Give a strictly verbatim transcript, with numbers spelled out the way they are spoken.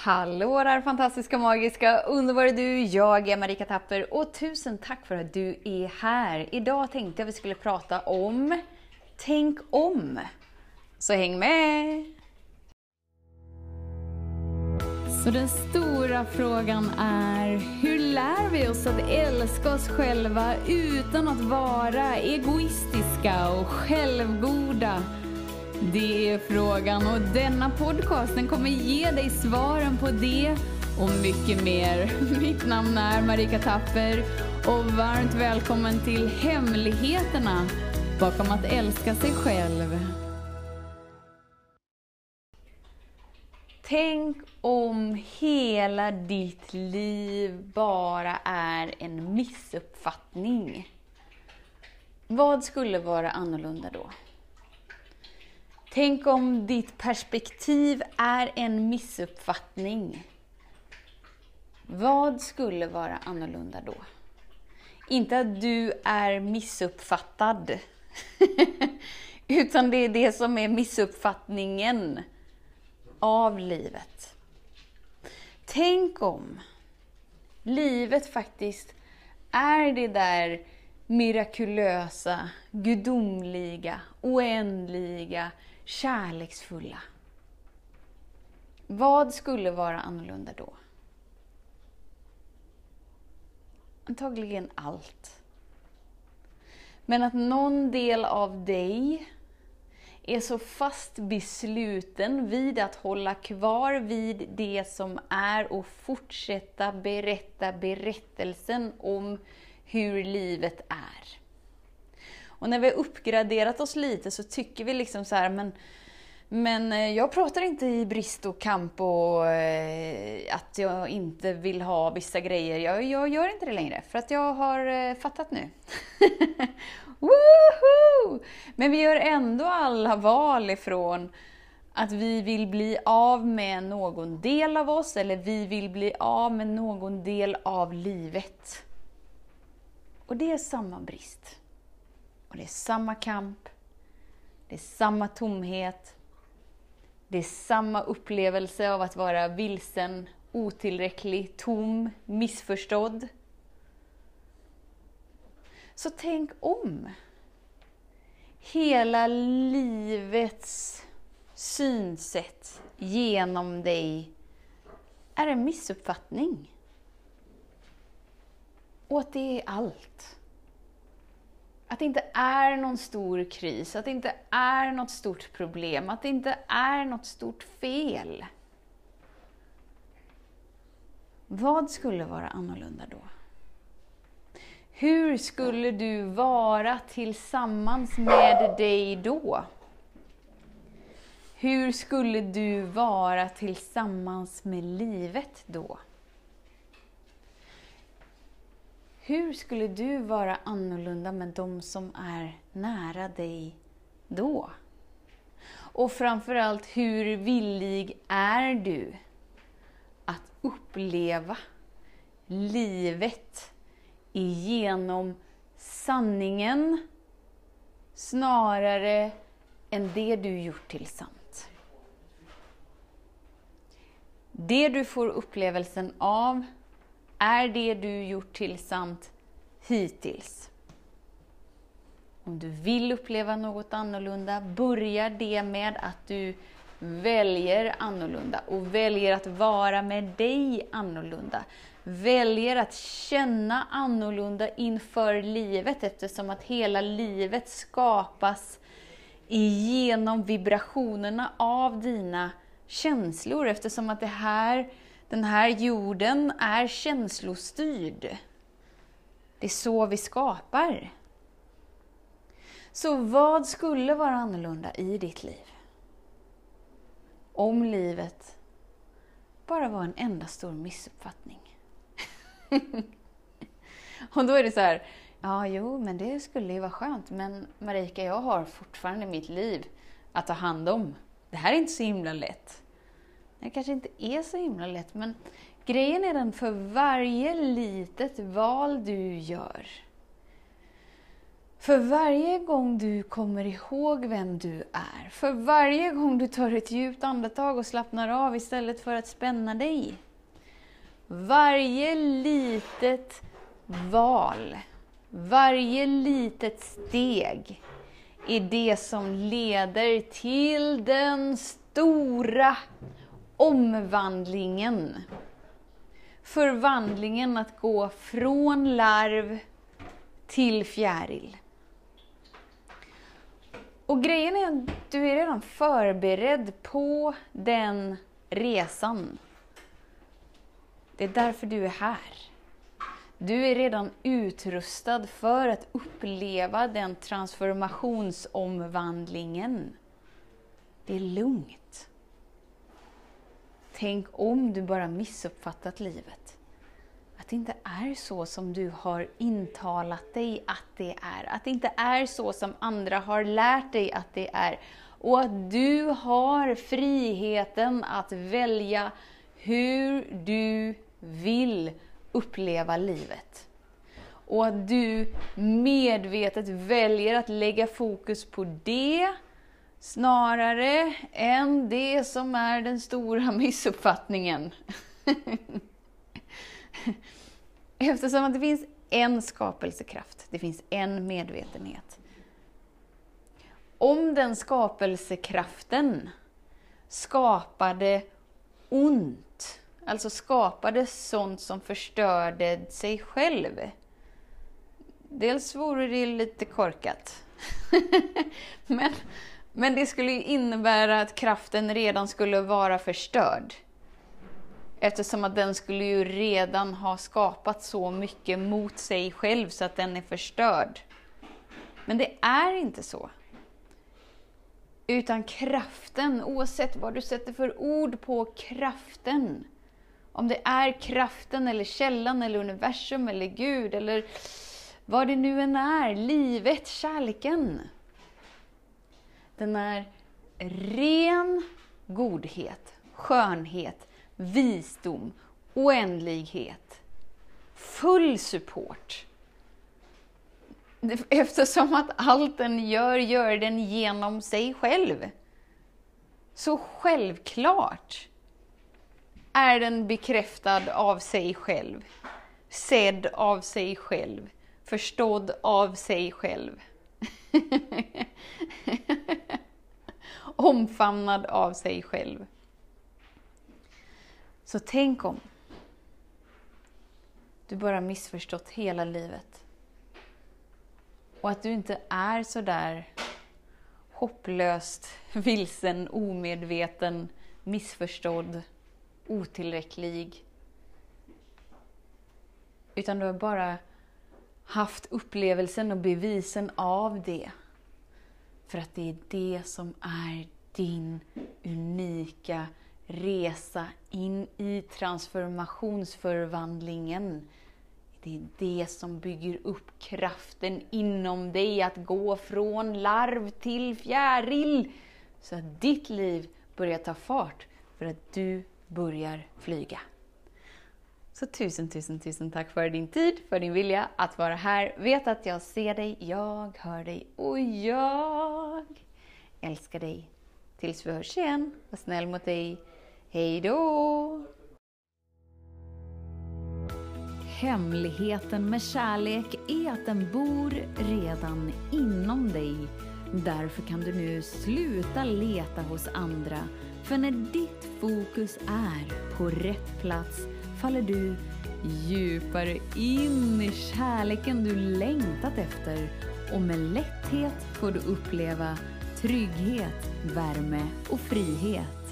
Hallå där fantastiska, magiska, underbara du, jag är Marika Tapper och tusen tack för att du är här. Idag tänkte jag att vi skulle prata om tänk om. Så häng med! Så den stora frågan är, hur lär vi oss att älska oss själva utan att vara egoistiska och självgoda? Det är frågan och denna podcasten kommer ge dig svaren på det och mycket mer. Mitt namn är Marika Tapper och varmt välkommen till hemligheterna bakom att älska sig själv. Tänk om hela ditt liv bara är en missuppfattning. Vad skulle vara annorlunda då? Tänk om ditt perspektiv är en missuppfattning. Vad skulle vara annorlunda då? Inte att du är missuppfattad. Utan det är det som är missuppfattningen av livet. Tänk om livet faktiskt är det där mirakulösa, gudomliga, oändliga, kärleksfulla. Vad skulle vara annorlunda då? Antagligen allt. Men att någon del av dig är så fast besluten vid att hålla kvar vid det som är och fortsätta berätta berättelsen om hur livet är. Och när vi har uppgraderat oss lite så tycker vi liksom så här, men, men jag pratar inte i brist och kamp och eh, att jag inte vill ha vissa grejer. Jag, jag gör inte det längre för att jag har eh, fattat nu. Woohoo! Men vi gör ändå alla val ifrån att vi vill bli av med någon del av oss eller vi vill bli av med någon del av livet. Och det är samma brist. Och det är samma kamp. Det är samma tomhet. Det är samma upplevelse av att vara vilsen, otillräcklig, tom, missförstådd. Så tänk om. Hela livets synsätt genom dig är en missuppfattning. Och att det är allt. Att det inte är någon stor kris, att det inte är något stort problem, att det inte är något stort fel. Vad skulle vara annorlunda då? Hur skulle du vara tillsammans med dig då? Hur skulle du vara tillsammans med livet då? Hur skulle du vara annorlunda med de som är nära dig då? Och framförallt, hur villig är du att uppleva livet igenom sanningen snarare än det du gjort till sant? Det du får upplevelsen av är det du gjort till sant hittills. Om du vill uppleva något annorlunda, börjar det med att du väljer annorlunda och väljer att vara med dig annorlunda. Väljer att känna annorlunda inför livet eftersom att hela livet skapas igenom vibrationerna av dina känslor eftersom att det här Den här jorden är känslostyrd. Det är så vi skapar. Så vad skulle vara annorlunda i ditt liv? Om livet bara var en enda stor missuppfattning. Och då är det så här, ja jo men det skulle ju vara skönt. Men Marika, jag har fortfarande mitt liv att ta hand om. Det här är inte så himla lätt. Det kanske inte är så himla lätt, men grejen är den för varje litet val du gör. För varje gång du kommer ihåg vem du är, för varje gång du tar ett djupt andetag och slappnar av istället för att spänna dig. Varje litet val, varje litet steg är det som leder till den stora omvandlingen. Förvandlingen att gå från larv till fjäril. Och grejen är att du är redan förberedd på den resan. Det är därför du är här. Du är redan utrustad för att uppleva den transformationsomvandlingen. Det är lugnt. Tänk om du bara missuppfattat livet. Att det inte är så som du har intalat dig att det är. Att det inte är så som andra har lärt dig att det är. Och att du har friheten att välja hur du vill uppleva livet. Och att du medvetet väljer att lägga fokus på det snarare än det som är den stora missuppfattningen. Eftersom att det finns en skapelsekraft, det finns en medvetenhet. Om den skapelsekraften skapade ont, alltså skapade sånt som förstörde sig själv. Dels vore det lite korkat. men, men det skulle innebära att kraften redan skulle vara förstörd. Eftersom att den skulle ju redan ha skapat så mycket mot sig själv så att den är förstörd. Men det är inte så. Utan kraften, oavsett vad du sätter för ord på kraften. Om det är kraften eller källan eller universum eller Gud eller vad det nu än är, livet, kärleken. Den är ren godhet, skönhet, visdom, oändlighet, full support. Eftersom att allt den gör, gör den genom sig själv. Så självklart är den bekräftad av sig själv, sedd av sig själv, förstådd av sig själv. Omfamnad av sig själv. Så tänk om du bara missförstått hela livet. Och att du inte är så där hopplöst, vilsen, omedveten, missförstådd, otillräcklig. Utan du har bara haft upplevelsen och bevisen av det. För att det är det som är din unika resa in i transformationsförvandlingen. Det är det som bygger upp kraften inom dig att gå från larv till fjäril. Så att ditt liv börjar ta fart för att du börjar flyga. Så tusen, tusen, tusen tack för din tid, för din vilja att vara här. Vet att jag ser dig, jag hör dig och jag älskar dig. Tills vi hörs igen, var snäll mot dig. Hej då! Hemligheten med kärlek är att den bor redan inom dig. Därför kan du nu sluta leta hos andra. För när ditt fokus är på rätt plats faller du djupare in i kärleken du längtat efter. Och med lätthet får du uppleva trygghet, värme och frihet.